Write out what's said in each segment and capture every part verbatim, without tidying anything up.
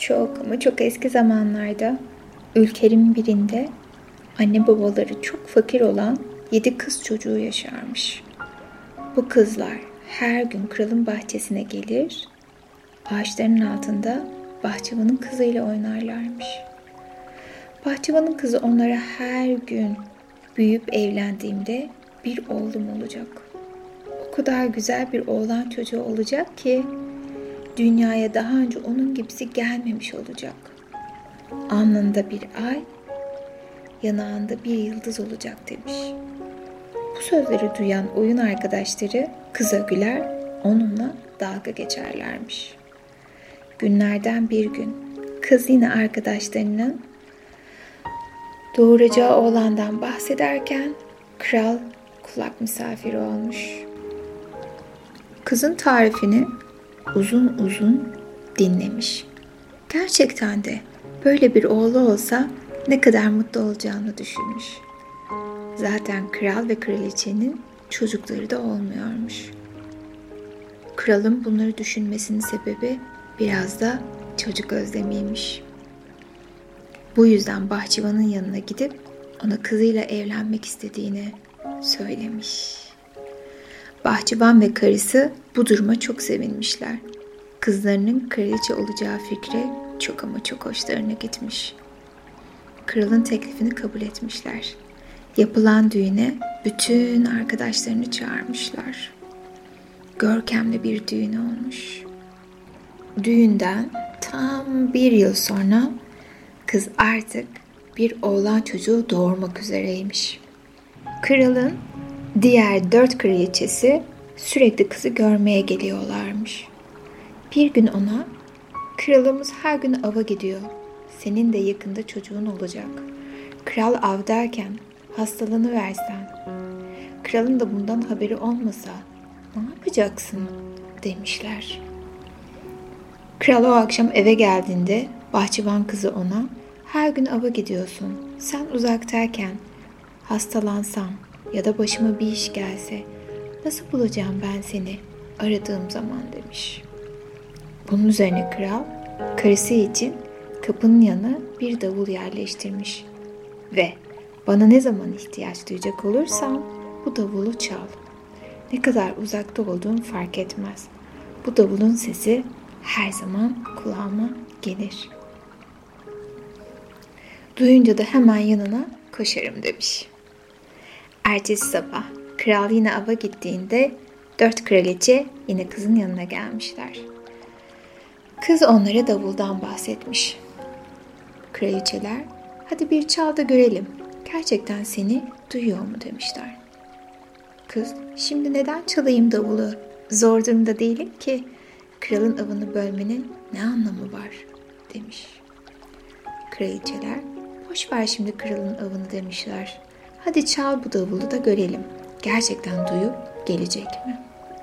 Çok ama çok eski zamanlarda ülkenin birinde anne babaları çok fakir olan yedi kız çocuğu yaşarmış. Bu kızlar her gün kralın bahçesine gelir, ağaçların altında bahçıvanın kızıyla oynarlarmış. Bahçıvanın kızı onlara her gün büyüyüp evlendiğimde bir oğlum olacak. O kadar güzel bir oğlan çocuğu olacak ki dünyaya daha önce onun gibisi gelmemiş olacak. Alnında bir ay, yanağında bir yıldız olacak demiş. Bu sözleri duyan oyun arkadaşları kıza güler, onunla dalga geçerlermiş. Günlerden bir gün kız yine arkadaşlarının doğuracağı oğlandan bahsederken kral kulak misafiri olmuş. Kızın tarifini uzun uzun dinlemiş. Gerçekten de böyle bir oğlu olsa ne kadar mutlu olacağını düşünmüş. Zaten kral ve kraliçenin çocukları da olmuyormuş. Kralın bunları düşünmesinin sebebi biraz da çocuk özlemiymiş. Bu yüzden bahçıvanın yanına gidip ona kızıyla evlenmek istediğini söylemiş. Bahçıvan ve karısı bu duruma çok sevinmişler. Kızlarının kraliçe olacağı fikri çok ama çok hoşlarına gitmiş. Kralın teklifini kabul etmişler. Yapılan düğüne bütün arkadaşlarını çağırmışlar. Görkemli bir düğün olmuş. Düğünden tam bir yıl sonra kız artık bir oğlan çocuğu doğurmak üzereymiş. Kralın diğer dört kraliçesi sürekli kızı görmeye geliyorlarmış. Bir gün ona, kralımız her gün ava gidiyor. Senin de yakında çocuğun olacak. Kral av derken hastalanıversen, kralın da bundan haberi olmasa ne yapacaksın demişler. Kral o akşam eve geldiğinde bahçıvan kızı ona, her gün ava gidiyorsun. Sen uzaktayken hastalansam ya da başıma bir iş gelse nasıl bulacağım ben seni aradığım zaman demiş. Bunun üzerine kral karısı için kapının yanına bir davul yerleştirmiş ve bana ne zaman ihtiyaç duyacak olursan bu davulu çal. Ne kadar uzakta olduğum fark etmez. Bu davulun sesi her zaman kulağıma gelir. Duyunca da hemen yanına koşarım demiş. Ertesi sabah kral yine ava gittiğinde dört kraliçe yine kızın yanına gelmişler. Kız onlara davuldan bahsetmiş. Kraliçeler, hadi bir çal da görelim. Gerçekten seni duyuyor mu demişler. Kız, şimdi neden çalayım davulu? Zor durumda değilim ki. Kralın avını bölmenin ne anlamı var demiş. Kraliçeler, boş ver şimdi kralın avını demişler. Hadi çal bu davulu da görelim. Gerçekten duyup gelecek mi?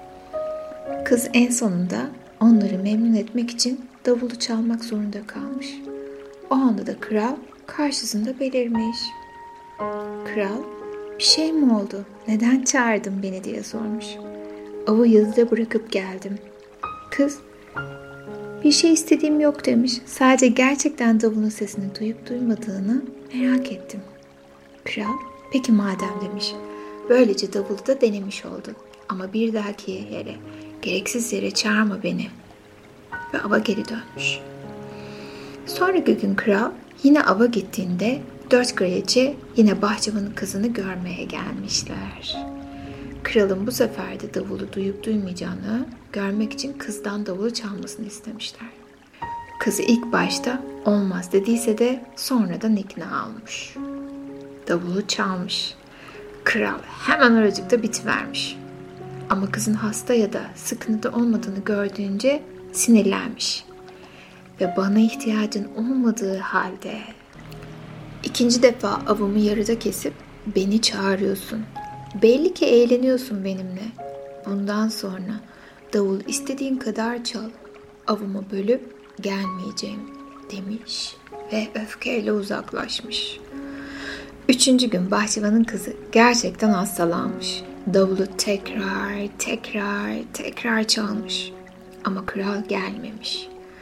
Kız en sonunda onları memnun etmek için davulu çalmak zorunda kalmış. O anda da kral karşısında belirmiş. Kral, bir şey mi oldu? Neden çağırdın beni diye sormuş. Avı yazıda bırakıp geldim. Kız, bir şey istediğim yok demiş. Sadece gerçekten davulun sesini duyup duymadığını merak ettim. Kral, peki madem demiş. Böylece davulu da denemiş oldun. Ama bir dahaki yere, gereksiz yere çağırma beni. Ve ava geri dönmüş. Sonraki gün kral yine ava gittiğinde dört kraliçe yine bahçıvanın kızını görmeye gelmişler. Kralın bu sefer de davulu duyup duymayacağını görmek için kızdan davulu çalmasını istemişler. Kızı ilk başta olmaz dediyse de sonradan ikna olmuş. Davulu çalmış. Kral hemen oracıkta bitivermiş. Ama kızın hasta ya da sıkıntıda olmadığını gördüğünce sinirlenmiş. Ve bana ihtiyacın olmadığı halde ikinci defa avımı yarıda kesip beni çağırıyorsun. Belli ki eğleniyorsun benimle. Bundan sonra davul istediğin kadar çal. Avımı bölüp gelmeyeceğim demiş ve öfkeyle uzaklaşmış. Üçüncü gün bahçıvanın kızı gerçekten hastalanmış. Davulu tekrar tekrar tekrar çalmış. Ama kral gelmemiş.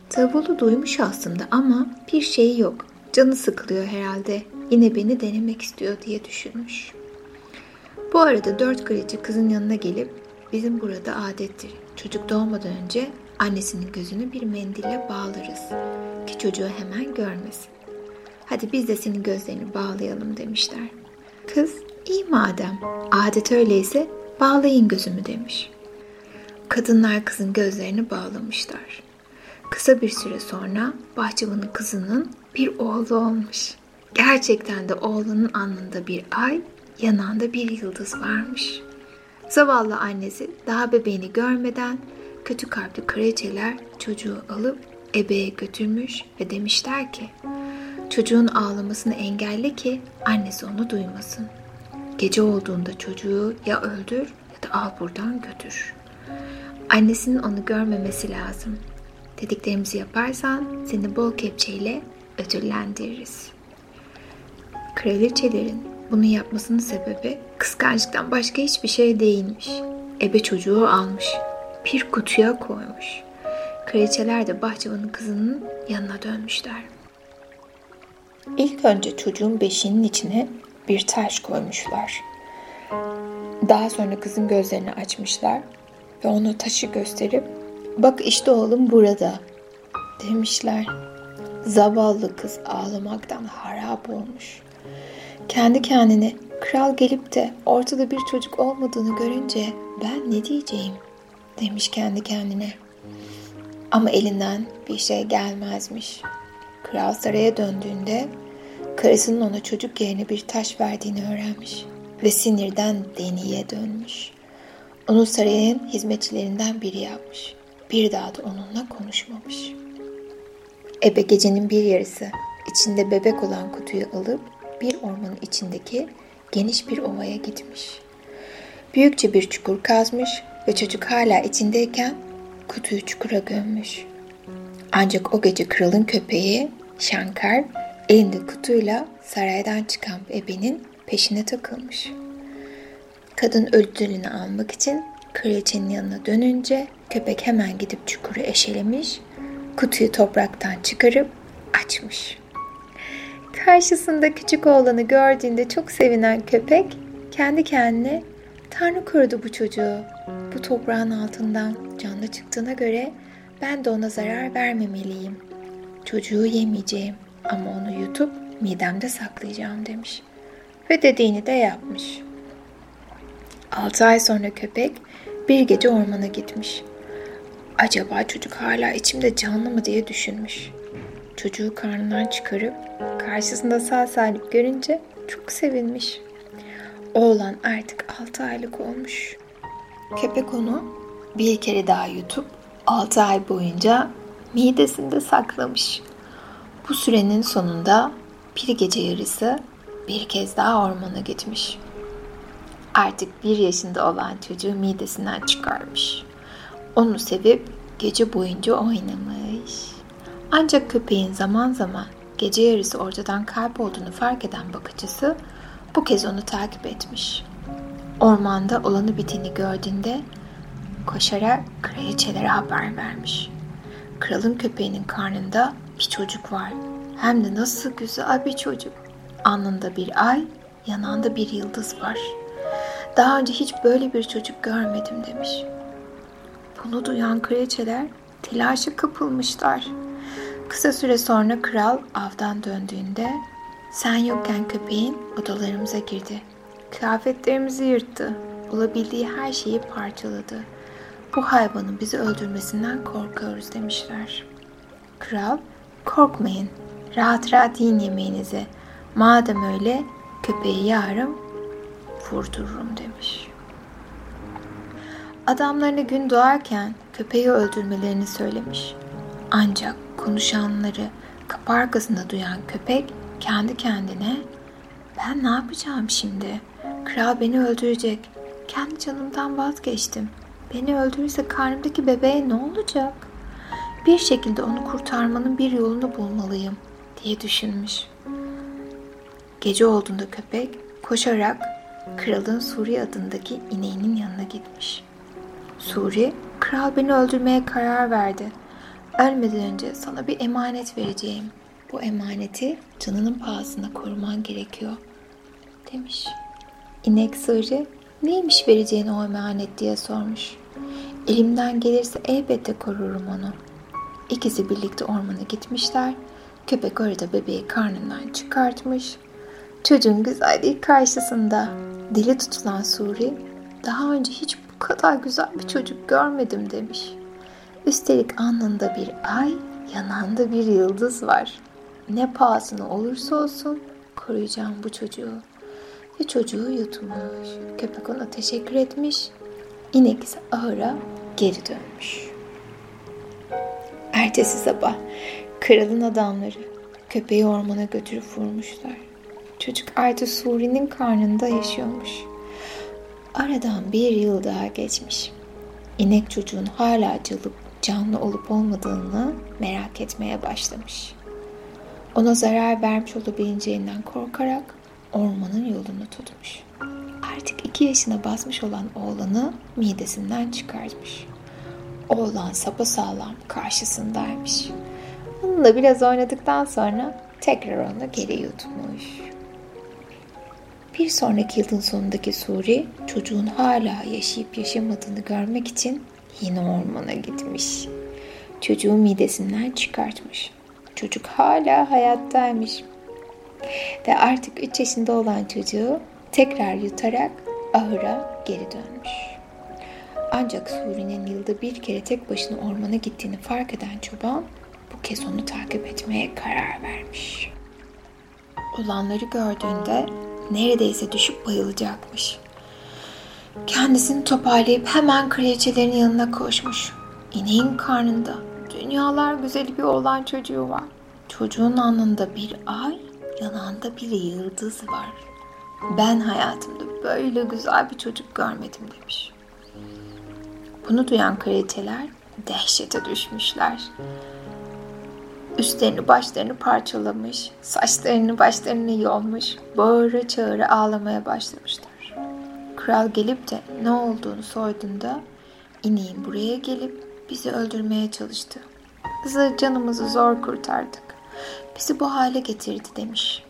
Davulu duymuş aslında ama bir şey yok. Canı sıkılıyor herhalde. Yine beni denemek istiyor diye düşünmüş. Bu arada dört kraliçe kızın yanına gelip bizim burada adettir. Çocuk doğmadan önce annesinin gözünü bir mendille bağlarız ki çocuğu hemen görmesin. Hadi biz de senin gözlerini bağlayalım demişler. Kız iyi madem adet öyleyse bağlayın gözümü demiş. Kadınlar kızın gözlerini bağlamışlar. Kısa bir süre sonra bahçıvanın kızının bir oğlu olmuş. Gerçekten de oğlunun alnında bir ay, yanağında bir yıldız varmış. Zavallı annesi daha bebeğini görmeden kötü kalpli kraliçeler çocuğu alıp ebeye götürmüş ve demişler ki çocuğun ağlamasını engelle ki annesi onu duymasın. Gece olduğunda çocuğu ya öldür ya da al buradan götür. Annesinin onu görmemesi lazım. Dediklerimizi yaparsan seni bol kepçeyle ödüllendiririz. Kraliçelerin bunu yapmasının sebebi kıskançlıktan başka hiçbir şey değilmiş. Ebe çocuğu almış, bir kutuya koymuş. Kraliçeler de bahçıvanın kızının yanına dönmüşler. İlk önce çocuğun beşiğinin içine bir taş koymuşlar. Daha sonra kızın gözlerini açmışlar ve ona taşı gösterip "Bak işte oğlum burada" demişler. Zavallı kız ağlamaktan harap olmuş. Kendi kendine kral gelip de ortada bir çocuk olmadığını görünce ben ne diyeceğim demiş kendi kendine. Ama elinden bir şey gelmezmiş. Kral saraya döndüğünde karısının ona çocuk yerine bir taş verdiğini öğrenmiş ve sinirden deliye dönmüş. Onu sarayın hizmetçilerinden biri yapmış. Bir daha da onunla konuşmamış. Ebe gecenin bir yarısı içinde bebek olan kutuyu alıp bir ormanın içindeki geniş bir ovaya gitmiş. Büyükçe bir çukur kazmış ve çocuk hala içindeyken kutuyu çukura gömmüş. Ancak o gece kralın köpeği Şankar elinde kutuyla saraydan çıkan ebenin peşine takılmış. Kadın ödülünü almak için kraliçenin yanına dönünce köpek hemen gidip çukuru eşelemiş, kutuyu topraktan çıkarıp açmış. Karşısında küçük oğlanı gördüğünde çok sevinen köpek kendi kendine "Tanrı korudu bu çocuğu. Bu toprağın altından canlı çıktığına göre ben de ona zarar vermemeliyim. Çocuğu yemeyeceğim ama onu yutup midemde saklayacağım" demiş. Ve dediğini de yapmış. Altı ay sonra köpek bir gece ormana gitmiş. Acaba çocuk hala içimde canlı mı diye düşünmüş. Çocuğu karnından çıkarıp karşısında sağ salim görünce çok sevinmiş. Oğlan artık altı aylık olmuş. Köpek onu bir kere daha yutup altı ay boyunca midesinde saklamış. Bu sürenin sonunda bir gece yarısı bir kez daha ormana gitmiş. Artık bir yaşında olan çocuğu midesinden çıkarmış. Onu sevip gece boyunca oynamış. Ancak köpeğin zaman zaman gece yarısı ortadan kaybolduğunu fark eden bakıcısı bu kez onu takip etmiş. Ormanda olanı biteni gördüğünde koşarak kraliçelere haber vermiş. Kralın köpeğinin karnında bir çocuk var. Hem de nasıl güzel bir çocuk. Alnında bir ay, yanağında bir yıldız var. Daha önce hiç böyle bir çocuk görmedim demiş. Bunu duyan kraliçeler telaşa kapılmışlar. Kısa süre sonra kral avdan döndüğünde sen yokken köpeğin odalarımıza girdi. Kıyafetlerimizi yırttı. Bulabildiği her şeyi parçaladı. Bu hayvanın bizi öldürmesinden korkuyoruz demişler. Kral, korkmayın, rahat rahat yiyin yemeğinizi. Madem öyle köpeği yarın vurdururum demiş. Adamlarına gün doğarken köpeği öldürmelerini söylemiş. Ancak konuşanları kapı arkasında duyan köpek kendi kendine ben ne yapacağım şimdi? Kral beni öldürecek. Kendi canımdan vazgeçtim. Beni öldürürse karnımdaki bebeğe ne olacak? Bir şekilde onu kurtarmanın bir yolunu bulmalıyım diye düşünmüş. Gece olduğunda köpek koşarak kralın Suri adındaki ineğinin yanına gitmiş. Suri, kral beni öldürmeye karar verdi. Ölmeden önce sana bir emanet vereceğim. Bu emaneti canının pahasına koruman gerekiyor, demiş. İnek sığırı neymiş vereceğin o emanet diye sormuş. Elimden gelirse elbette korurum onu. İkisi birlikte ormana gitmişler. Köpek orada bebeği karnından çıkartmış. Çocuğun güzelliği karşısında dili tutulan Suri, daha önce hiç bu kadar güzel bir çocuk görmedim demiş. Üstelik alnında bir ay, yanağında bir yıldız var. Ne pahasına olursa olsun koruyacağım bu çocuğu. Ve çocuğu yutmuş. Köpek ona teşekkür etmiş. İnek ise ahıra geri dönmüş. Ertesi sabah kralın adamları köpeği ormana götürüp vurmuşlar. Çocuk artık Suri'nin karnında yaşıyormuş. Aradan bir yıl daha geçmiş. İnek çocuğun hala calıp canlı olup olmadığını merak etmeye başlamış. Ona zarar vermiş olabileceğinden korkarak ormanın yolunu tutmuş. Artık iki yaşına basmış olan oğlanı midesinden çıkartmış. Oğlan sapasağlam karşısındaymış. Onunla biraz oynadıktan sonra tekrar onu geri yutmuş. Bir sonraki yılın sonundaki Suri, çocuğun hala yaşayıp yaşamadığını görmek için yine ormana gitmiş. Çocuğu midesinden çıkartmış. Çocuk hala hayattaymış. Ve artık üç yaşında olan çocuğu tekrar yutarak ahıra geri dönmüş. Ancak Suri'nin yılda bir kere tek başına ormana gittiğini fark eden çoban bu kez onu takip etmeye karar vermiş. Olanları gördüğünde neredeyse düşüp bayılacakmış. Kendisini toparlayıp hemen kraliçelerin yanına koşmuş. İneğin karnında dünyalar güzeli bir oğlan çocuğu var. Çocuğun alnında bir ay, yanağında bir yıldız var. Ben hayatımda böyle güzel bir çocuk görmedim demiş. Bunu duyan kraliçeler dehşete düşmüşler. Üstlerini başlarını parçalamış, saçlarını başlarını yolmuş, bağıra çağıra ağlamaya başlamışlar. Kral gelip de ne olduğunu sorduğunda ineğin buraya gelip bizi öldürmeye çalıştı. Bizi canımızı zor kurtardık. Bizi bu hale getirdi demiş.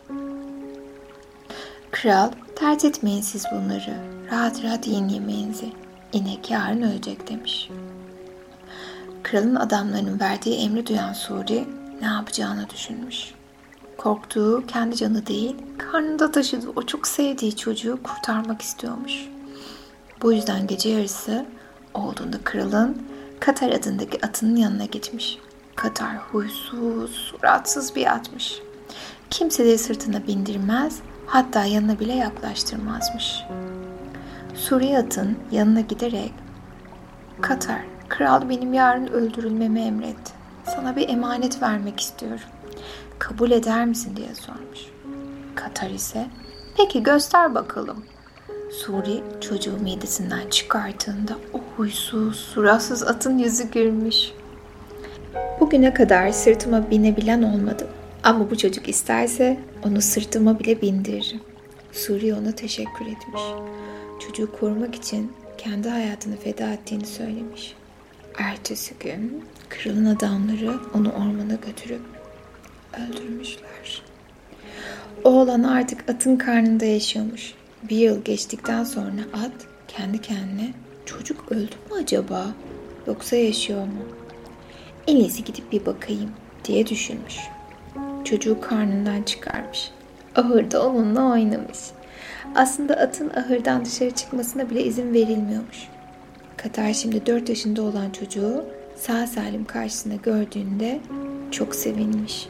Kral, dert etmeyin siz bunları. Rahat rahat yiyin yemeğinizi. İnek yarın ölecek demiş. Kralın adamlarının verdiği emri duyan Suri ne yapacağını düşünmüş. Korktuğu kendi canı değil, karnında taşıdığı o çok sevdiği çocuğu kurtarmak istiyormuş. Bu yüzden gece yarısı olduğunda kralın Katar adındaki atının yanına gitmiş. Katar huysuz, suratsız bir atmış. Kimse de sırtına bindirmez, hatta yanına bile yaklaştırmazmış. Suri atın yanına giderek, "Katar, kral benim yarın öldürülmemi emretti. Sana bir emanet vermek istiyorum. Kabul eder misin?" diye sormuş. Katar ise, "Peki göster bakalım." Suri çocuğu midesinden çıkarttığında o huysuz, suratsız atın yüzü gülmüş. "Bugüne kadar sırtıma binebilen olmadı. Ama bu çocuk isterse onu sırtıma bile bindiririm." Suri ona teşekkür etmiş. Çocuğu korumak için kendi hayatını feda ettiğini söylemiş. Ertesi gün kralın adamları onu ormana götürüp öldürmüşler. Oğlan artık atın karnında yaşıyormuş. Bir yıl geçtikten sonra at kendi kendine, "Çocuk öldü mü acaba? Yoksa yaşıyor mu? En iyisi gidip bir bakayım," diye düşünmüş. Çocuğu karnından çıkarmış. Ahırda onunla oynamış. Aslında atın ahırdan dışarı çıkmasına bile izin verilmiyormuş. Katar şimdi dört yaşında olan çocuğu sağ salim karşısında gördüğünde çok sevinmiş.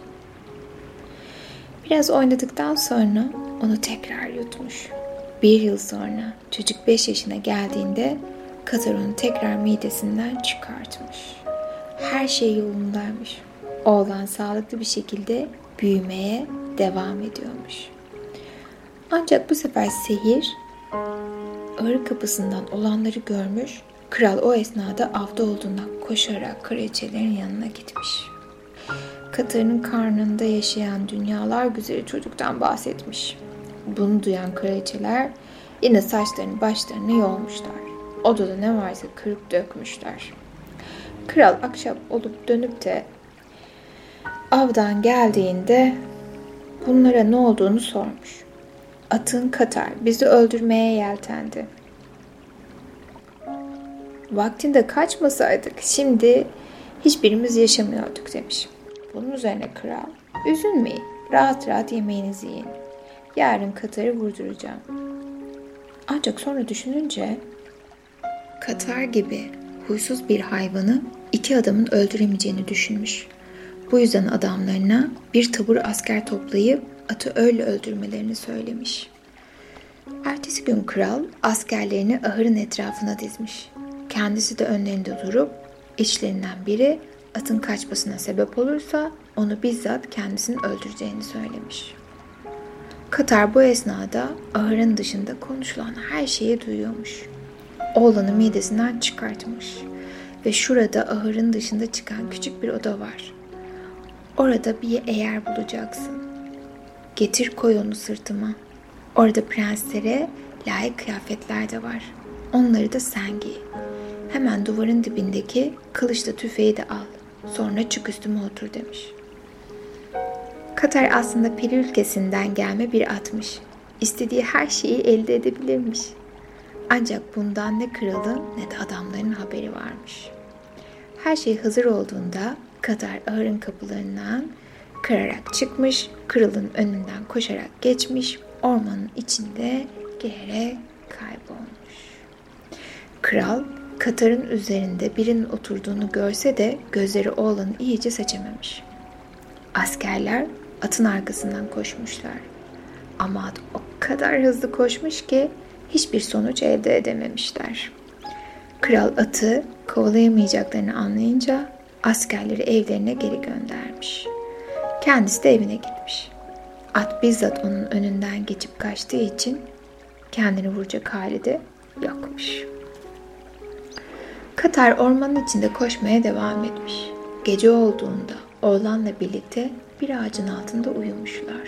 Biraz oynadıktan sonra onu tekrar yutmuş. Bir yıl sonra çocuk beş yaşına geldiğinde Katar onu tekrar midesinden çıkartmış. Her şey yolundaymış. Oğlan sağlıklı bir şekilde büyümeye devam ediyormuş. Ancak bu sefer sehir ahır kapısından olanları görmüş. Kral o esnada avda olduğundan koşarak kraliçelerin yanına gitmiş. Katar'ın karnında yaşayan dünyalar güzeli çocuktan bahsetmiş. Bunu duyan kraliçeler yine saçlarını başlarını yolmuşlar. Odada ne varsa kırıp dökmüşler. Kral akşam olup dönüp de avdan geldiğinde bunlara ne olduğunu sormuş. Atın Katar bizi öldürmeye yeltendi. Vaktinde kaçmasaydık şimdi hiçbirimiz yaşamıyorduk demiş. Bunun üzerine kral, üzülmeyin, rahat rahat yemeğinizi yiyin. Yarın Katar'ı vurduracağım. Ancak sonra düşününce Katar gibi huysuz bir hayvanı iki adamın öldüremeyeceğini düşünmüş. Bu yüzden adamlarına bir tabur asker toplayıp atı öyle öldürmelerini söylemiş. Ertesi gün kral askerlerini ahırın etrafına dizmiş. Kendisi de önlerinde durup içlerinden biri atın kaçmasına sebep olursa onu bizzat kendisini öldüreceğini söylemiş. Katar bu esnada ahırın dışında konuşulan her şeyi duyuyormuş. Oğlanı midesinden çıkartmış ve şurada ahırın dışında çıkan küçük bir oda var. Orada bir eğer bulacaksın. Getir koy onu sırtıma. Orada prenslere layık kıyafetler de var. Onları da sen giy. Hemen duvarın dibindeki kılıçla tüfeği de al. Sonra çık üstüme otur demiş. Katar aslında peri ülkesinden gelme bir atmış. İstediği her şeyi elde edebilirmiş. Ancak bundan ne kralın ne de adamların haberi varmış. Her şey hazır olduğunda Katar ahırın kapılarından kırarak çıkmış, kralın önünden koşarak geçmiş, ormanın içinde girerek kaybolmuş. Kral, Katar'ın üzerinde birinin oturduğunu görse de gözleri oğlanı iyice seçememiş. Askerler atın arkasından koşmuşlar. Ama at o kadar hızlı koşmuş ki hiçbir sonuç elde edememişler. Kral atı kovalayamayacaklarını anlayınca askerleri evlerine geri göndermiş. Kendisi de evine gitmiş. At bizzat onun önünden geçip kaçtığı için kendini vuracak hali de yokmuş. Katar ormanın içinde koşmaya devam etmiş. Gece olduğunda oğlanla birlikte bir ağacın altında uyumuşlar.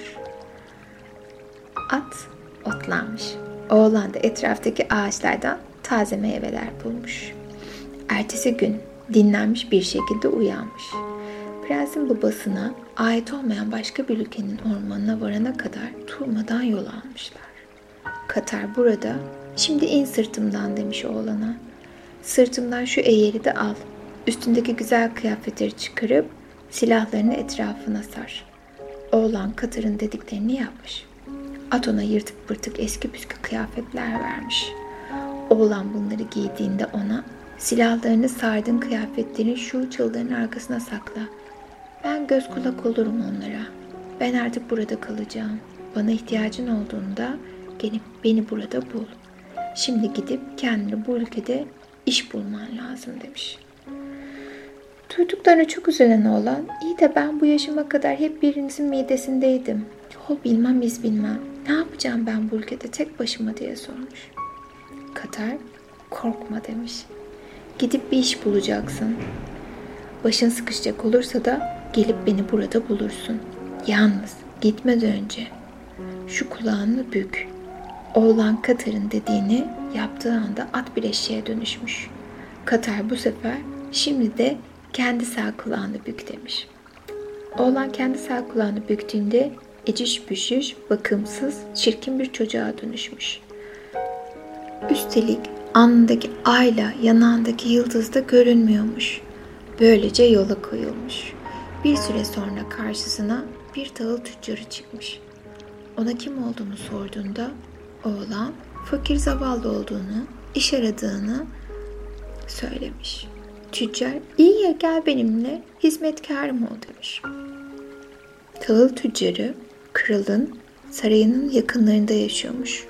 At otlanmış. Oğlan da etraftaki ağaçlardan taze meyveler bulmuş. Ertesi gün dinlenmiş bir şekilde uyanmış. Prensin babasına ait olmayan başka bir ülkenin ormanına varana kadar durmadan yol almışlar. Katar burada, şimdi in sırtımdan demiş oğlana. Sırtımdan şu eğeri de al. Üstündeki güzel kıyafetleri çıkarıp silahlarını etrafına sar. Oğlan Katar'ın dediklerini yapmış. At ona yırtık pırtık eski püskü kıyafetler vermiş. Oğlan bunları giydiğinde ona silahlarını sardığın kıyafetlerin şu çalıların arkasına sakla. Ben göz kulak olurum onlara. Ben artık burada kalacağım. Bana ihtiyacın olduğunda gelip beni burada bul. Şimdi gidip kendini bu ülkede iş bulman lazım demiş. Duyduklarına çok üzülen oğlan, iyi de ben bu yaşıma kadar hep birinizin midesindeydim. Yol bilmem iz bilmem. Ne yapacağım ben bu ülkede tek başıma diye sormuş. Katar, korkma demiş. Gidip bir iş bulacaksın. Başın sıkışacak olursa da gelip beni burada bulursun. Yalnız gitmeden önce şu kulağını bük. Oğlan Katar'ın dediğini yaptığı anda at bir eşeğe dönüşmüş. Katar bu sefer şimdi de kendi sağ kulağını bük demiş. Oğlan kendi sağ kulağını büktüğünde eciş büşüş, bakımsız, çirkin bir çocuğa dönüşmüş. Üstelik alnındaki ayla yanağındaki yıldız da görünmüyormuş. Böylece yola koyulmuş. Bir süre sonra karşısına bir tahıl tüccarı çıkmış. Ona kim olduğunu sorduğunda oğlan fakir zavallı olduğunu, iş aradığını söylemiş. Tüccar, iyi ya gel benimle hizmetkarım ol demiş. Tahıl tüccarı kralın sarayının yakınlarında yaşıyormuş.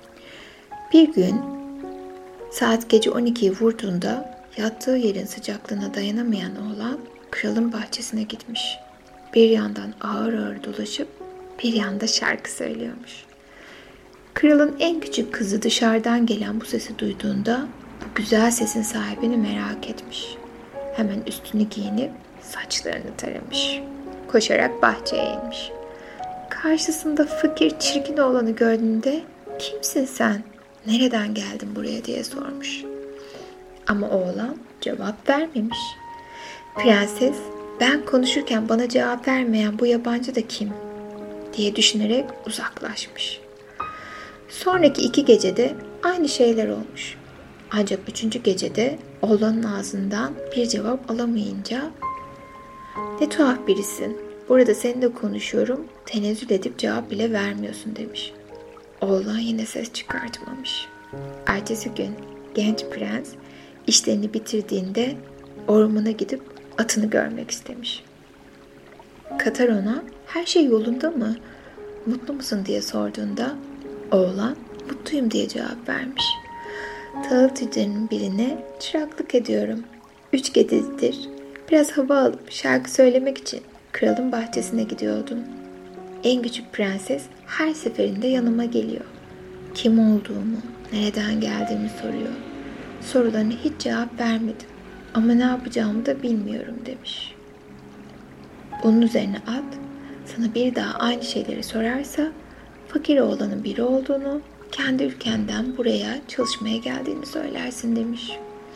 Bir gün saat gece on ikiyi vurduğunda yattığı yerin sıcaklığına dayanamayan oğlan kralın bahçesine gitmiş. Bir yandan ağır ağır dolaşıp bir yanda şarkı söylüyormuş. Kralın en küçük kızı dışarıdan gelen bu sesi duyduğunda bu güzel sesin sahibini merak etmiş. Hemen üstünü giyinip saçlarını taramış. Koşarak bahçeye inmiş. Karşısında fakir çirkin oğlanı gördüğünde kimsin sen? Nereden geldin buraya diye sormuş. Ama oğlan cevap vermemiş. Prenses, ben konuşurken bana cevap vermeyen bu yabancı da kim diye düşünerek uzaklaşmış. Sonraki iki gecede aynı şeyler olmuş. Ancak üçüncü gecede oğlanın ağzından bir cevap alamayınca "Ne tuhaf birisin. Burada seninle konuşuyorum. Tenezzül edip cevap bile vermiyorsun" demiş. Oğlan yine ses çıkartmamış. Ertesi gün genç prens işlerini bitirdiğinde ormana gidip atını görmek istemiş. Katar ona "Her şey yolunda mı? Mutlu musun?" diye sorduğunda oğlan "Mutluyum" diye cevap vermiş. Tahıl tüccarının birine "Çıraklık ediyorum. Üç gecedir biraz hava alıp şarkı söylemek için kralın bahçesine gidiyordum. En küçük prenses her seferinde yanıma geliyor. Kim olduğumu, nereden geldiğimi soruyor. Sorularına hiç cevap vermedim ama ne yapacağımı da bilmiyorum" demiş. Bunun üzerine at, sana bir daha aynı şeyleri sorarsa fakir oğlanın biri olduğunu, kendi ülkenden buraya çalışmaya geldiğini söylersin demiş.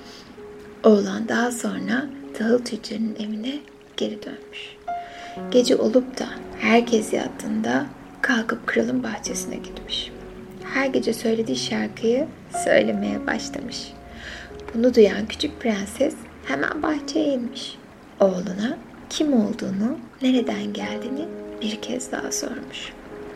Oğlan daha sonra tahıl tüccarının evine geri dönmüş. Gece olup da herkes yattığında kalkıp kralın bahçesine gitmiş. Her gece söylediği şarkıyı söylemeye başlamış. Bunu duyan küçük prenses hemen bahçeye inmiş. Oğluna kim olduğunu, nereden geldiğini bir kez daha sormuş.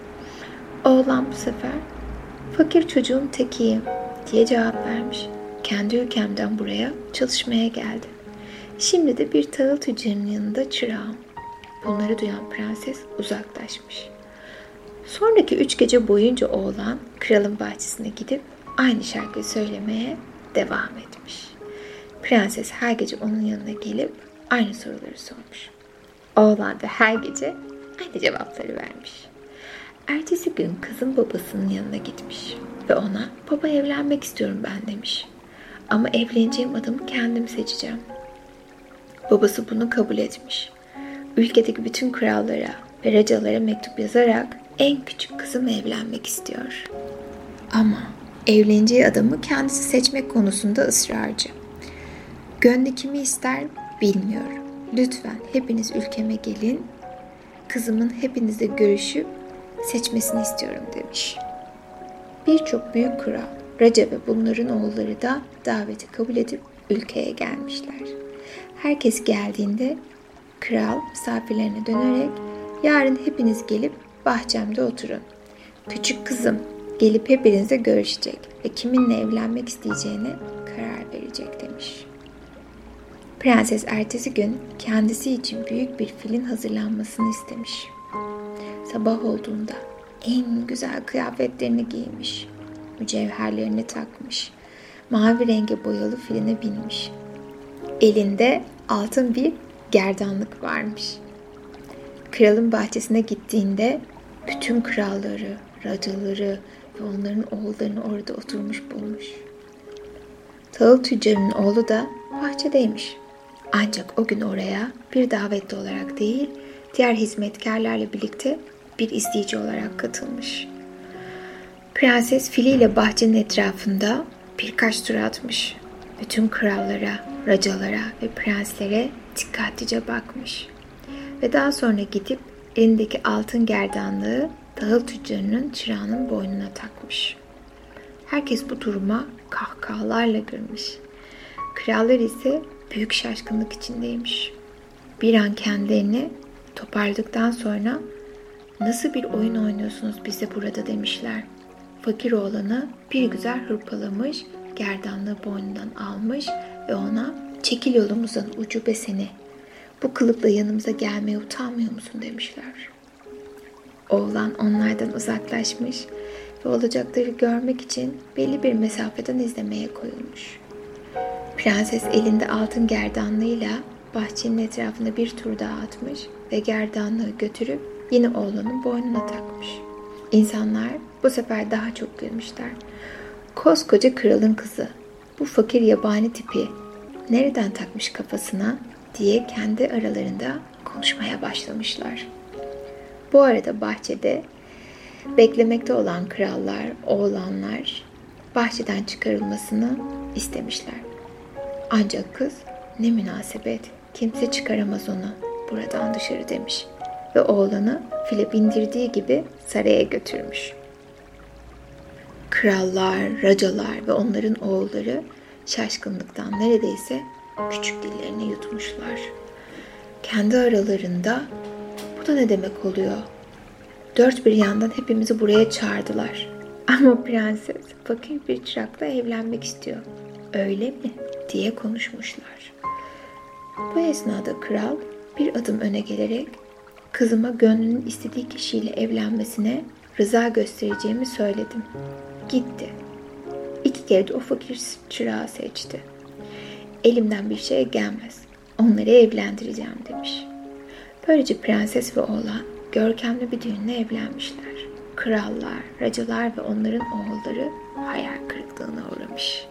Oğlan bu sefer "Fakir çocuğun tekiyim" diye cevap vermiş. Kendi ülkemden buraya çalışmaya geldim. Şimdi de bir tahıl tüccarının yanında çırağım. Bunları duyan prenses uzaklaşmış. Sonraki üç gece boyunca oğlan kralın bahçesine gidip aynı şarkıyı söylemeye devam etmiş. Prenses her gece onun yanına gelip aynı soruları sormuş. Oğlan da her gece aynı cevapları vermiş. Ertesi gün kızın babasının yanına gitmiş ve ona "Baba, evlenmek istiyorum ben" demiş. "Ama evleneceğim adamı kendim seçeceğim." Babası bunu kabul etmiş. Ülkedeki bütün krallara ve racalara mektup yazarak en küçük kızım evlenmek istiyor. Ama evleneceği adamı kendisi seçmek konusunda ısrarcı. "Gönlü kimi ister bilmiyorum. Lütfen hepiniz ülkeme gelin. Kızımın hepinizle görüşüp seçmesini istiyorum" demiş. Birçok büyük kral, raca ve bunların oğulları da daveti kabul edip ülkeye gelmişler. Herkes geldiğinde kral misafirlerine dönerek "Yarın hepiniz gelip bahçemde oturun. Küçük kızım gelip hepinizle görüşecek ve kiminle evlenmek isteyeceğine karar verecek" demiş. Prenses ertesi gün kendisi için büyük bir filin hazırlanmasını istemiş. Sabah olduğunda en güzel kıyafetlerini giymiş, mücevherlerini takmış, mavi renge boyalı filine binmiş. Elinde altın bir gerdanlık varmış. Kralın bahçesine gittiğinde bütün kralları, racaları ve onların oğullarını orada oturmuş bulmuş. Tahıl tüccarının oğlu da bahçedeymiş. Ancak o gün oraya bir davetli olarak değil, diğer hizmetkarlarla birlikte bir izleyici olarak katılmış. Prenses filiyle bahçenin etrafında birkaç tur atmış. Bütün krallara, racalara ve prenslere dikkatlice bakmış. Ve daha sonra gidip elindeki altın gerdanlığı tahıl tüccarının çırağının boynuna takmış. Herkes bu duruma kahkahalarla gülmüş. Krallar ise büyük şaşkınlık içindeymiş. Bir an kendilerini toparladıktan sonra "Nasıl bir oyun oynuyorsunuz bize burada?" demişler. Fakir oğlanı bir güzel hırpalamış, gerdanlığı boynundan almış ve ona "Çekil yolumuzdan ucube seni. Bu kılıkla yanımıza gelmeye utanmıyor musun?" demişler. Oğlan onlardan uzaklaşmış ve olacakları görmek için belli bir mesafeden izlemeye koyulmuş. Prenses elinde altın gerdanlığıyla bahçenin etrafında bir tur daha atmış ve gerdanlığı götürüp yine oğlanın boynuna takmış. İnsanlar bu sefer daha çok gülmüşler. Koskoca kralın kızı, bu fakir yabani tipi nereden takmış kafasına diye kendi aralarında konuşmaya başlamışlar. Bu arada bahçede beklemekte olan krallar, oğlanlar bahçeden çıkarılmasını istemişler. Ancak kız "Ne münasebet, Kimse çıkaramaz onu buradan dışarı demiş ve oğlanı file bindirdiği gibi saraya götürmüş. Krallar, racalar ve onların oğulları şaşkınlıktan neredeyse küçük dillerini yutmuşlar. Kendi aralarında bu da ne demek oluyor? Dört bir yandan hepimizi buraya çağırdılar. Ama prenses fakir bir çırakla evlenmek istiyor. Öyle mi? Diye konuşmuşlar. Bu esnada kral bir adım öne gelerek kızıma gönlünün istediği kişiyle evlenmesine rıza göstereceğimi söyledim. Gitti. İki kere de o fakir çırağı seçti. Elimden bir şey gelmez. Onları evlendireceğim demiş. Böylece prenses ve oğlan görkemli bir düğünle evlenmişler. Krallar, racalar ve onların oğulları hayal kırıklığına uğramış.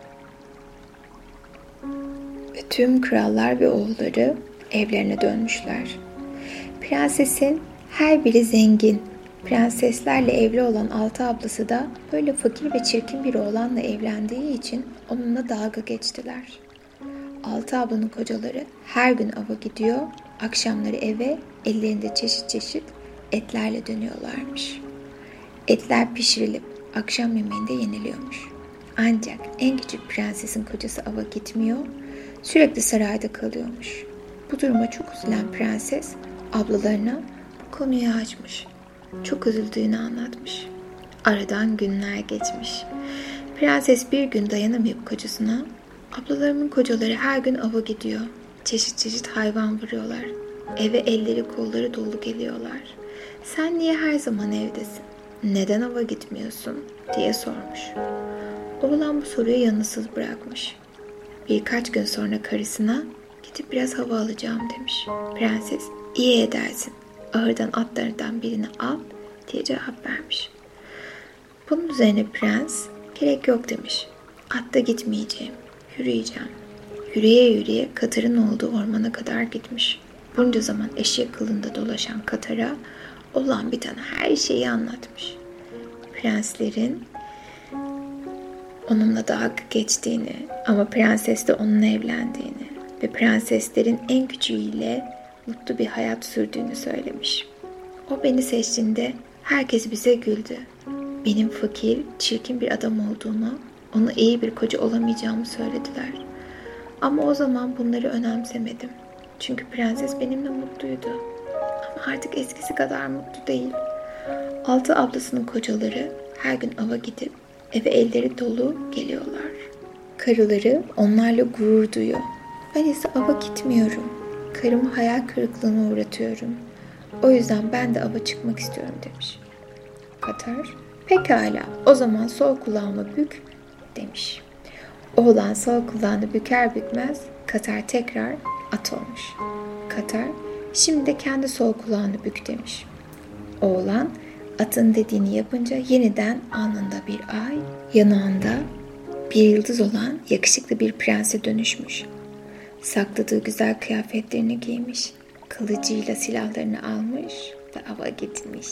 Ve tüm krallar ve oğulları evlerine dönmüşler. Prensesin her biri zengin. Prenseslerle evli olan altı ablası da böyle fakir ve çirkin bir oğlanla evlendiği için onunla dalga geçtiler. Altı ablanın kocaları her gün ava gidiyor, akşamları eve ellerinde çeşit çeşit etlerle dönüyorlarmış. Etler pişirilip akşam yemeğinde yeniliyormuş. Ancak en küçük prensesin kocası ava gitmiyor, sürekli sarayda kalıyormuş. Bu duruma çok üzülen prenses ablalarına bu konuyu açmış. Çok üzüldüğünü anlatmış. Aradan günler geçmiş. Prenses bir gün dayanamayıp kocasına, ablalarımın kocaları her gün ava gidiyor. Çeşit çeşit hayvan vuruyorlar. Eve elleri kolları dolu geliyorlar. Sen niye her zaman evdesin? Neden ava gitmiyorsun? Diye sormuş. Oğlan bu soruyu yanıtsız bırakmış. Birkaç gün sonra karısına gidip biraz hava alacağım demiş. Prenses iyi edersin. Ahırdan atlarından birini al diye cevap vermiş. Bunun üzerine prens gerek yok demiş. Atta gitmeyeceğim, yürüyeceğim. Yürüye yürüye Katar'ın olduğu ormana kadar gitmiş. Bunca zaman eşek kılında dolaşan Katar'a olan biten her şeyi anlatmış. Prenslerin onunla dalga geçtiğini ama prenses de onunla evlendiğini ve prenseslerin en küçüğüyle mutlu bir hayat sürdüğünü söylemiş. O beni seçtiğinde herkes bize güldü. Benim fakir, çirkin bir adam olduğumu, ona iyi bir koca olamayacağımı söylediler. Ama o zaman bunları önemsemedim. Çünkü prenses benimle mutluydu. Ama artık eskisi kadar mutlu değil. Altı ablasının kocaları her gün ava gidip eve elleri dolu geliyorlar. Karıları onlarla gurur duyuyor. Ben ise ava gitmiyorum. Karımı hayal kırıklığına uğratıyorum. O yüzden ben de ava çıkmak istiyorum demiş. Katar, pekala o zaman sol kulağımı bük demiş. Oğlan sol kulağını büker bükmez Katar tekrar at olmuş. Katar, şimdi de kendi sol kulağını bük demiş. Oğlan atın dediğini yapınca yeniden alnında bir ay, yanağında bir yıldız olan yakışıklı bir prense dönüşmüş. Sakladığı güzel kıyafetlerini giymiş, kılıcıyla silahlarını almış ve ava gitmiş.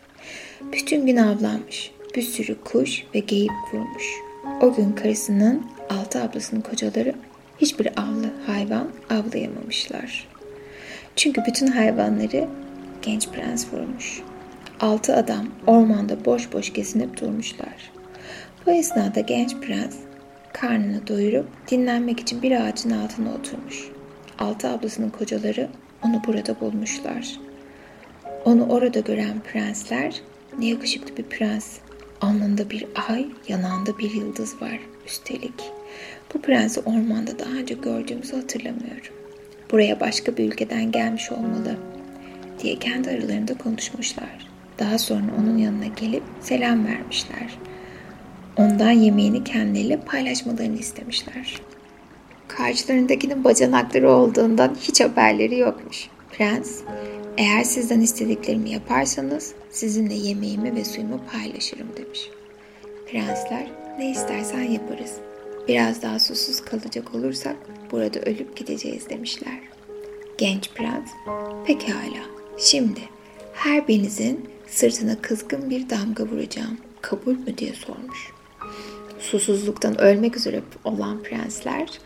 Bütün gün avlanmış, bir sürü kuş ve geyik vurmuş. O gün karısının altı ablasının kocaları hiçbir avlı hayvan avlayamamışlar. Çünkü bütün hayvanları genç prens vurmuş. Altı adam ormanda boş boş gezinip durmuşlar. Bu esnada genç prens karnını doyurup dinlenmek için bir ağacın altına oturmuş. Altı ablasının kocaları onu burada bulmuşlar. Onu orada gören prensler, ne yakışıklı bir prens. Alnında bir ay, yanağında bir yıldız var üstelik. Bu prensi ormanda daha önce gördüğümüzü hatırlamıyorum. Buraya başka bir ülkeden gelmiş olmalı diye kendi aralarında konuşmuşlar. Daha sonra onun yanına gelip selam vermişler. Ondan yemeğini kendileriyle paylaşmalarını istemişler. Karşılarındakinin bacanakları olduğundan hiç haberleri yokmuş. Prens, eğer sizden istediklerimi yaparsanız sizinle yemeğimi ve suyumu paylaşırım demiş. Prensler, ne istersen yaparız. Biraz daha susuz kalacak olursak burada ölüp gideceğiz demişler. Genç prens, pekala, şimdi her birinizin sırtına kızgın bir damga vuracağım, kabul mü diye sormuş. Susuzluktan ölmek üzere olan prensler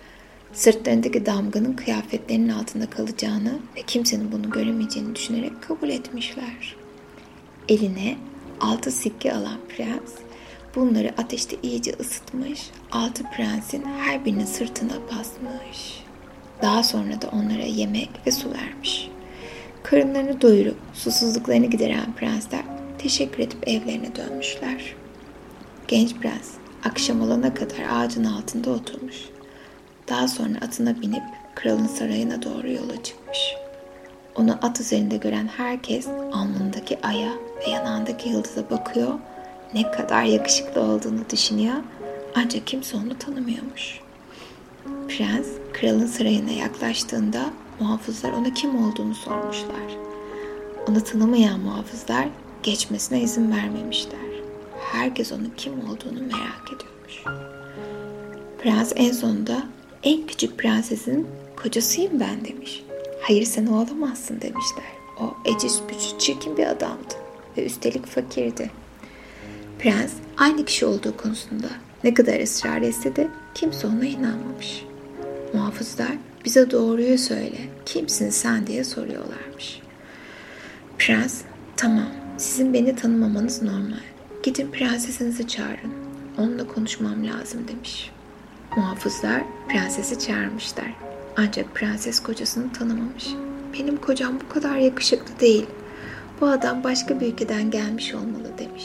Sırtlarındaki damganın kıyafetlerinin altında kalacağını ve kimsenin bunu göremeyeceğini düşünerek kabul etmişler. Eline altı sikke alan prens bunları ateşte iyice ısıtmış, altı prensin her birinin sırtına basmış. Daha sonra da onlara yemek ve su vermiş. Karınlarını doyurup susuzluklarını gideren prensler teşekkür edip evlerine dönmüşler. Genç prens akşam olana kadar ağacın altında oturmuş. Daha sonra atına binip kralın sarayına doğru yola çıkmış. Onu at üzerinde gören herkes alnındaki aya ve yanağındaki yıldıza bakıyor, ne kadar yakışıklı olduğunu düşünüyor, ancak kimse onu tanımıyormuş. Prens kralın sarayına yaklaştığında muhafızlar ona kim olduğunu sormuşlar. Onu tanımayan muhafızlar geçmesine izin vermemişler. Herkes onun kim olduğunu merak ediyormuş. Prens en sonunda en küçük prensesin kocasıyım ben demiş. Hayır sen o olamazsın demişler. O eciş bücüş çirkin bir adamdı ve üstelik fakirdi. Prens aynı kişi olduğu konusunda ne kadar ısrar etse de kimse ona inanmamış. Muhafızlar bize doğruyu söyle, kimsin sen diye soruyorlarmış. Prens, tamam sizin beni tanımamanız normal. Gidin prensesinizi çağırın, onunla konuşmam lazım demiş. Muhafızlar prensesi çağırmışlar. Ancak prenses kocasını tanımamış. Benim kocam bu kadar yakışıklı değil. Bu adam başka bir ülkeden gelmiş olmalı demiş.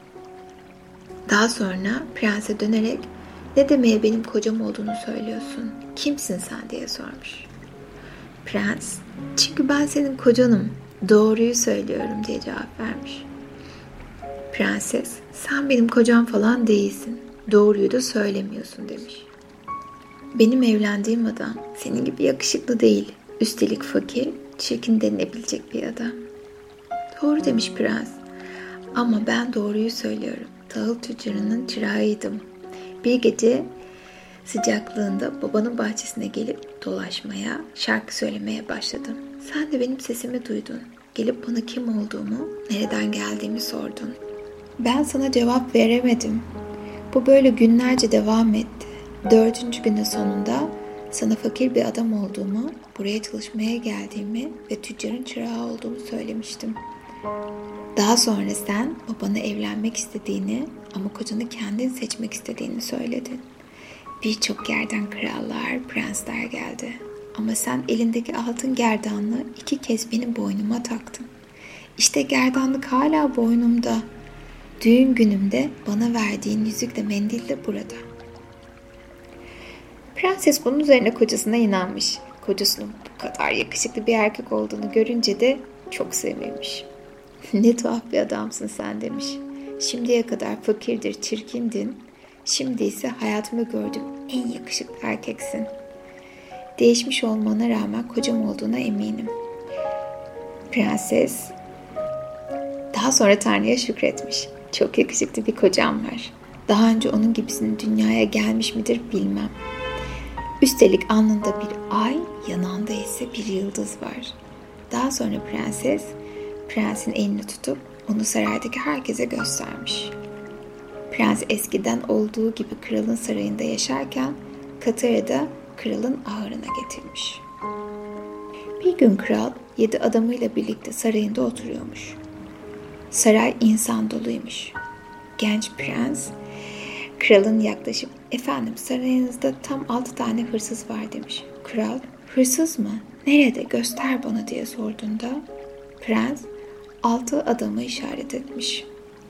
Daha sonra prense dönerek ne demeye benim kocam olduğunu söylüyorsun? Kimsin sen diye sormuş. Prens, çünkü ben senin kocanım. Doğruyu söylüyorum diye cevap vermiş. Prenses, sen benim kocam falan değilsin. Doğruyu da söylemiyorsun demiş. Benim evlendiğim adam senin gibi yakışıklı değil. Üstelik fakir, çirkin denilebilecek bir adam. Doğru demiş prens. Ama ben doğruyu söylüyorum. Tahıl tüccarının çırağıydım. Bir gece sıcaklığında babanın bahçesine gelip dolaşmaya, şarkı söylemeye başladım. Sen de benim sesimi duydun. Gelip bana kim olduğumu, nereden geldiğimi sordun. Ben sana cevap veremedim. Bu böyle günlerce devam etti. Dördüncü günün sonunda sana fakir bir adam olduğumu, buraya çalışmaya geldiğimi ve tüccarın çırağı olduğumu söylemiştim. Daha sonra sen babana evlenmek istediğini ama kocanı kendin seçmek istediğini söyledin. Birçok yerden krallar, prensler geldi. Ama sen elindeki altın gerdanlığı iki kez benim boynuma taktın. İşte gerdanlık hala boynumda. Düğün günümde bana verdiğin yüzük de mendil de burada. Prenses bunun üzerine kocasına inanmış. Kocasının bu kadar yakışıklı bir erkek olduğunu görünce de çok sevinmiş. Ne tuhaf bir adamsın sen demiş. Şimdiye kadar fakirdir, çirkindin. Şimdi ise hayatımda gördüğüm en yakışıklı erkeksin. Değişmiş olmana rağmen kocam olduğuna eminim. Prenses daha sonra Tanrı'ya şükretmiş. Çok yakışıklı bir kocam var. Daha önce onun gibisinin dünyaya gelmiş midir bilmem. Üstelik alnında bir ay, yanağında ise bir yıldız var. Daha sonra prenses, prensin elini tutup onu saraydaki herkese göstermiş. Prens eskiden olduğu gibi kralın sarayında yaşarken Katar'ı da kralın ahırına getirmiş. Bir gün kral yedi adamıyla birlikte sarayında oturuyormuş. Saray insan doluymuş. Genç prens kralın yaklaşıp efendim sarayınızda tam altı tane hırsız var demiş. Kral hırsız mı? Nerede? Göster bana diye sorduğunda prens altı adamı işaret etmiş.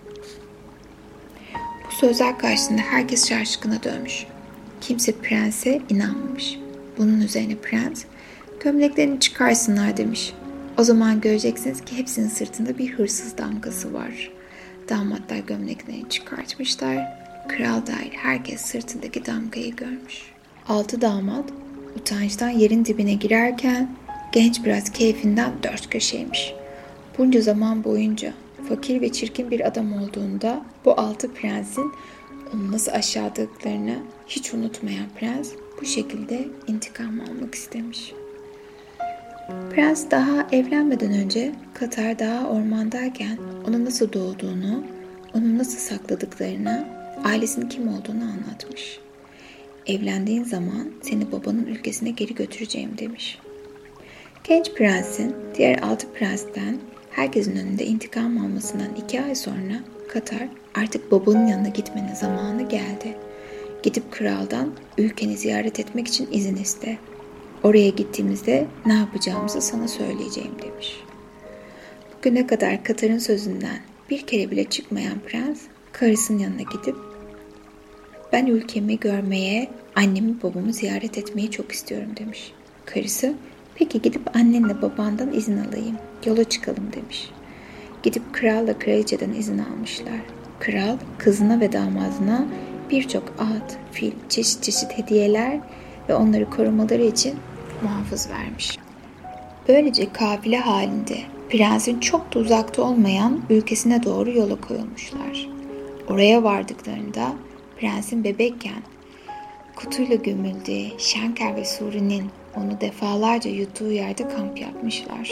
Bu sözler karşısında herkes şaşkına dönmüş. Kimse prense inanmamış. Bunun üzerine prens gömleklerini çıkarsınlar demiş. O zaman göreceksiniz ki hepsinin sırtında bir hırsız damgası var. Damatlar gömleklerini çıkartmışlar. Kral dahil herkes sırtındaki damgayı görmüş. Altı damat utançtan yerin dibine girerken genç biraz keyfinden dört köşeymiş. Bunca zaman boyunca fakir ve çirkin bir adam olduğunda bu altı prensin onu nasıl aşağıladıklarını hiç unutmayan prens bu şekilde intikam almak istemiş. Prens daha evlenmeden önce Katar Dağı ormandayken onun nasıl doğduğunu, onu nasıl sakladıklarını, ailesinin kim olduğunu anlatmış. Evlendiğin zaman seni babanın ülkesine geri götüreceğim demiş. Genç prensin diğer altı prensten herkesin önünde intikam almasından iki ay sonra Katar artık babanın yanına gitmenin zamanı geldi. Gidip kraldan ülkeni ziyaret etmek için izin iste. Oraya gittiğimizde ne yapacağımızı sana söyleyeceğim demiş. Bugüne kadar Katar'ın sözünden bir kere bile çıkmayan prens karısının yanına gidip ben ülkemi görmeye, annemi babamı ziyaret etmeyi çok istiyorum demiş. Karısı peki gidip annenle babandan izin alayım, yola çıkalım demiş. Gidip kralla kraliçeden izin almışlar. Kral kızına ve damadına birçok at, fil, çeşit çeşit hediyeler ve onları korumaları için muhafız vermiş. Böylece kafile halinde prensin çok da uzakta olmayan ülkesine doğru yola koyulmuşlar. Oraya vardıklarında prensin bebekken kutuyla gömüldüğü Şenker ve Suri'nin onu defalarca yuttuğu yerde kamp yapmışlar.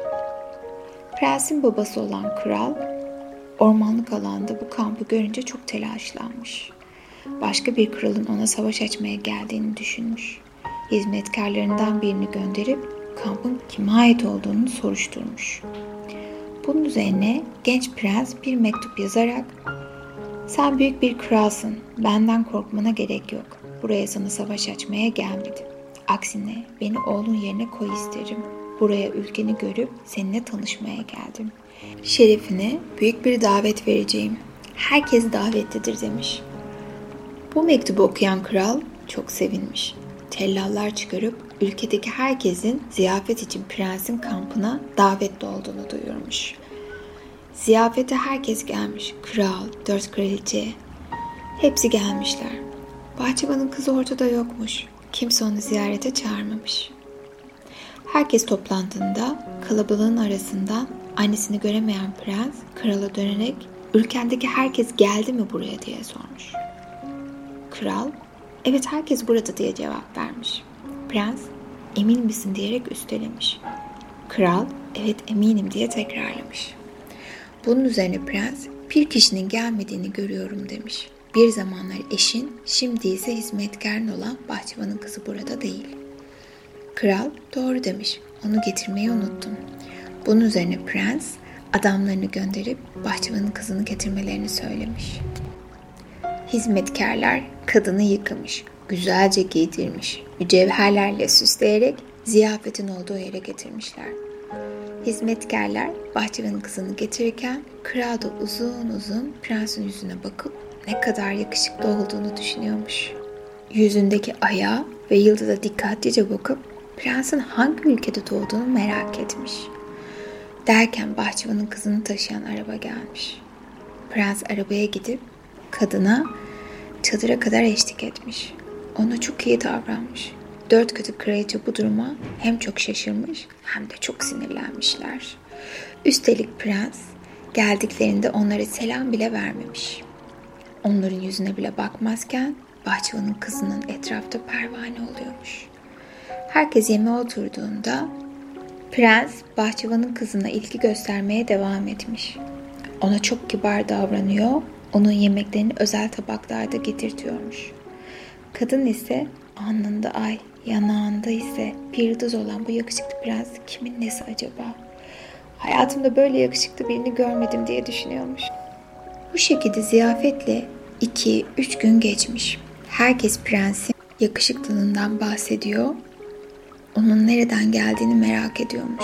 Prensin babası olan kral ormanlık alanda bu kampı görünce çok telaşlanmış. Başka bir kralın ona savaş açmaya geldiğini düşünmüş. Hizmetkarlarından birini gönderip kampın kime ait olduğunu soruşturmuş. Bunun üzerine genç prens bir mektup yazarak sen büyük bir kralsın, benden korkmana gerek yok. Buraya sana savaş açmaya gelmedim. Aksine beni oğlun yerine koy isterim. Buraya ülkeni görüp seninle tanışmaya geldim. Şerefine büyük bir davet vereceğim. Herkes davetlidir demiş. Bu mektubu okuyan kral çok sevinmiş. Tellallar çıkarıp ülkedeki herkesin ziyafet için prensin kampına davetli olduğunu duyurmuş. Ziyafete herkes gelmiş. Kral, dört kraliçe. Hepsi gelmişler. Bahçıvanın kızı ortada yokmuş. Kimse onu ziyarete çağırmamış. Herkes toplandığında kalabalığın arasından annesini göremeyen prens krala dönerek ülkendeki herkes geldi mi buraya diye sormuş. Kral, evet herkes burada diye cevap vermiş. Prens, emin misin diyerek üstelemiş. Kral, evet eminim diye tekrarlamış. Bunun üzerine prens, bir kişinin gelmediğini görüyorum demiş. Bir zamanlar eşin, şimdi ise hizmetkarın olan bahçıvanın kızı burada değil. Kral, doğru demiş, onu getirmeyi unuttum. Bunun üzerine prens, adamlarını gönderip bahçıvanın kızını getirmelerini söylemiş. Hizmetkarlar kadını yıkamış, güzelce giydirmiş, mücevherlerle süsleyerek ziyafetin olduğu yere getirmişler. Hizmetkarlar bahçıvanın kızını getirirken kral da uzun uzun prensin yüzüne bakıp ne kadar yakışıklı olduğunu düşünüyormuş. Yüzündeki aya ve yıldıza dikkatlice bakıp prensin hangi ülkede doğduğunu merak etmiş. Derken bahçıvanın kızını taşıyan araba gelmiş. Prens arabaya gidip kadına çadıra kadar eşlik etmiş. Ona çok iyi davranmış. Dört kötü kraliçe bu duruma hem çok şaşırmış hem de çok sinirlenmişler. Üstelik prens geldiklerinde onlara selam bile vermemiş. Onların yüzüne bile bakmazken bahçıvanın kızının etrafta pervane oluyormuş. Herkes yemeğe oturduğunda prens bahçıvanın kızına ilgi göstermeye devam etmiş. Ona çok kibar davranıyor, onun yemeklerini özel tabaklarda getirtiyormuş. Kadın ise alnında ay, yanağında ise bir yıldız olan bu yakışıklı prens kimin nesi acaba? Hayatımda böyle yakışıklı birini görmedim diye düşünüyormuş. Bu şekilde ziyafetle iki üç gün geçmiş. Herkes prensin yakışıklılığından bahsediyor, onun nereden geldiğini merak ediyormuş.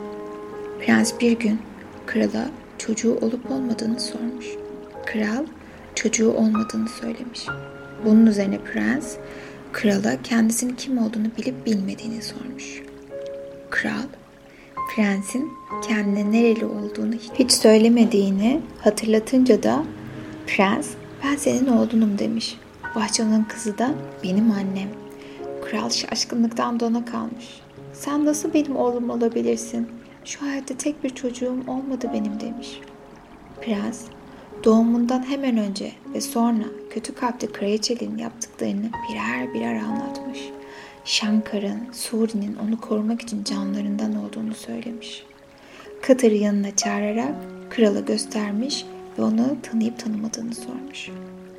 Prens bir gün krala çocuğu olup olmadığını sormuş. Kral çocuğu olmadığını söylemiş. Bunun üzerine prens krala kendisinin kim olduğunu bilip bilmediğini sormuş. Kral prensin kendine nereli olduğunu hiç söylemediğini hatırlatınca da prens ben senin oğlunum demiş. Bahçıvanın kızı da benim annem. Kral şaşkınlıktan dona kalmış. Sen nasıl benim oğlum olabilirsin? Şu hayatta tek bir çocuğum olmadı benim demiş. Prens doğumundan hemen önce ve sonra kötü kalpli kraliçelerin yaptıklarını birer birer anlatmış. Şankar'ın, Suri'nin onu korumak için canlarından olduğunu söylemiş. Katar'ı yanına çağırarak krala göstermiş ve onu tanıyıp tanımadığını sormuş.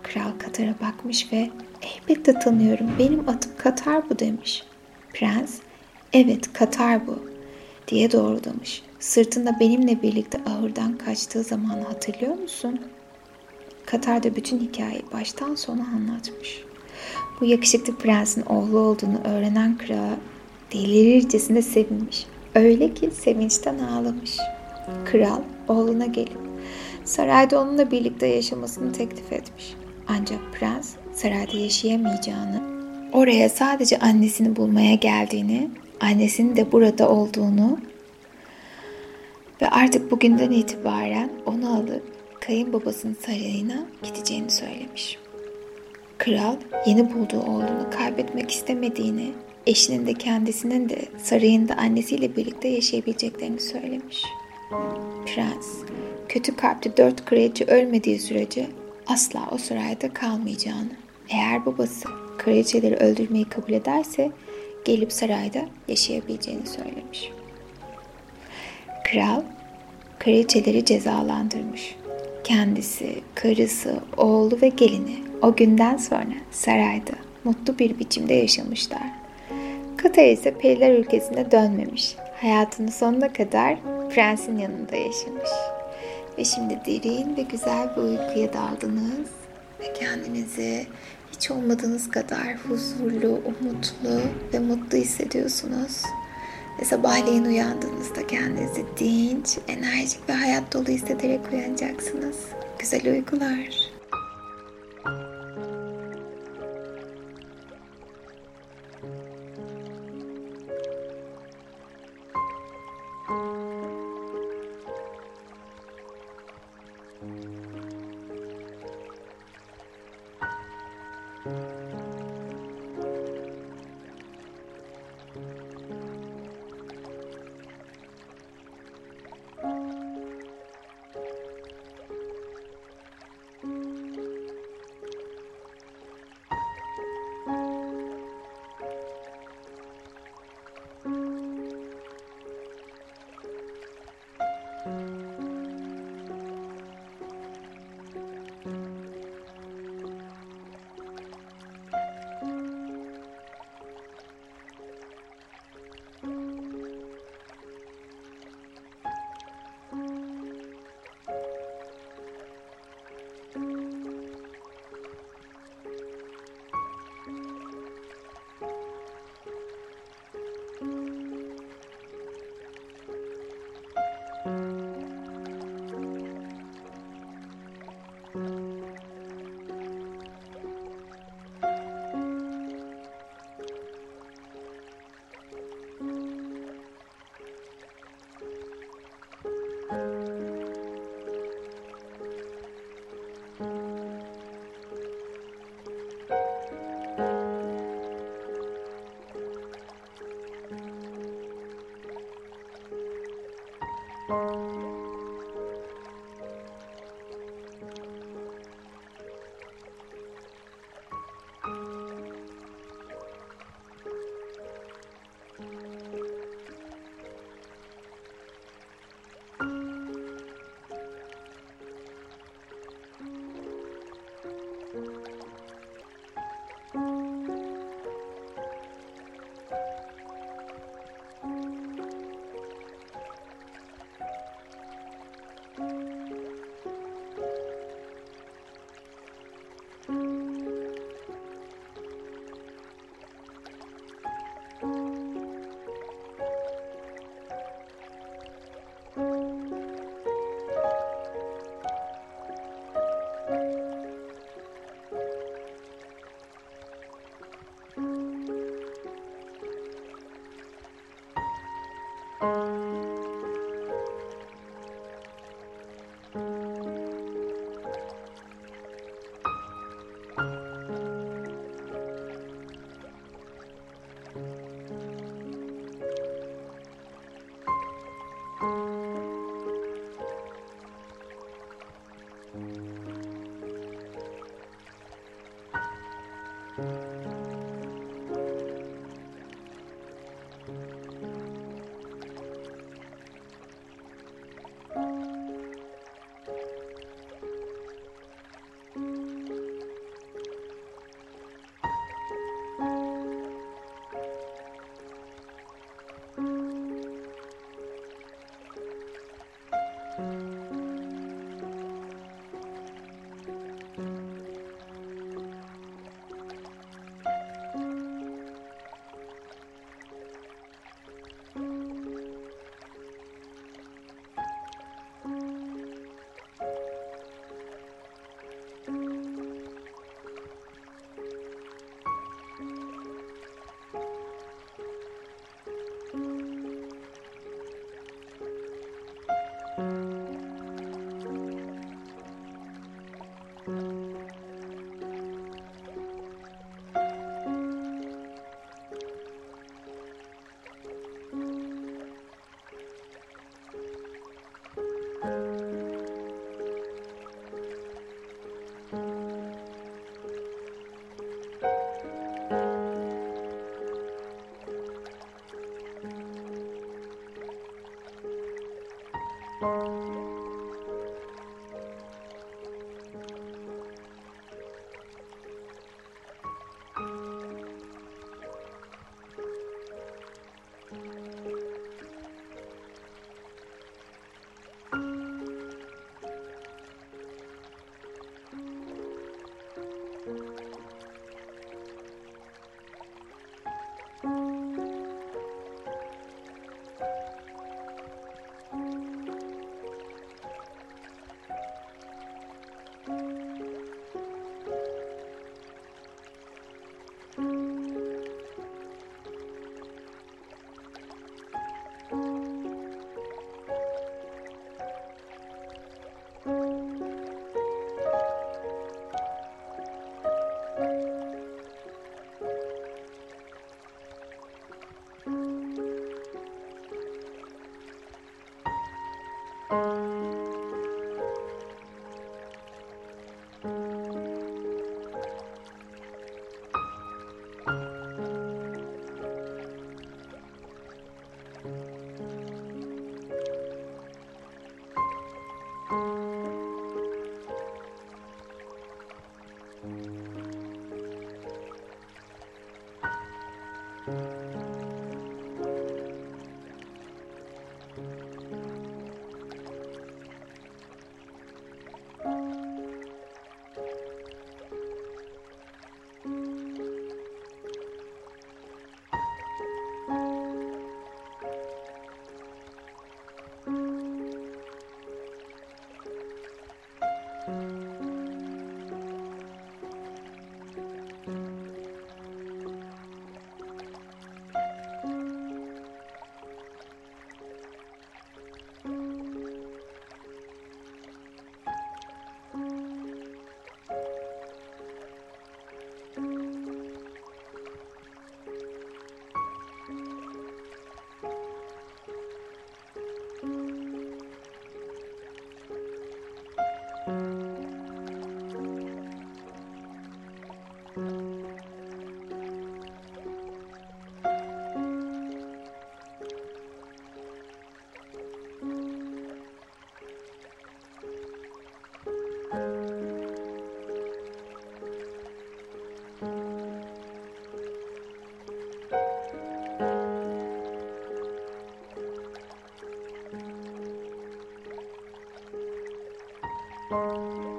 Kral Katar'a bakmış ve elbette tanıyorum, benim adım Katar bu demiş. Prens, evet Katar bu diye doğrulamış. Sırtında benimle birlikte ahırdan kaçtığı zamanı hatırlıyor musun? Katar da bütün hikayeyi baştan sona anlatmış. Bu yakışıklı prensin oğlu olduğunu öğrenen kral delirircesine sevinmiş. Öyle ki sevinçten ağlamış. Kral oğluna gelip sarayda onunla birlikte yaşamasını teklif etmiş. Ancak prens sarayda yaşayamayacağını, oraya sadece annesini bulmaya geldiğini, annesinin de burada olduğunu ve artık bugünden itibaren onu alıp kayınbabasının sarayına gideceğini söylemiş. Kral yeni bulduğu oğlunu kaybetmek istemediğini, eşinin de kendisinin de sarayında annesiyle birlikte yaşayabileceklerini söylemiş. Prens, kötü kalpli dört kraliçe ölmediği sürece asla o sarayda kalmayacağını, eğer babası kraliçeleri öldürmeyi kabul ederse gelip sarayda yaşayabileceğini söylemiş. Kral, kraliçeleri cezalandırmış. Kendisi, karısı, oğlu ve gelini o günden sonra sarayda mutlu bir biçimde yaşamışlar. Katar ise periler ülkesine dönmemiş. Hayatının sonuna kadar prensin yanında yaşamış. Ve şimdi derin ve güzel bir uykuya daldınız ve kendinizi hiç olmadığınız kadar huzurlu, umutlu ve mutlu hissediyorsunuz. Ve sabahleyin uyandığınızda kendinizi dinç, enerjik ve hayat dolu hissederek uyanacaksınız. Güzel uykular. Música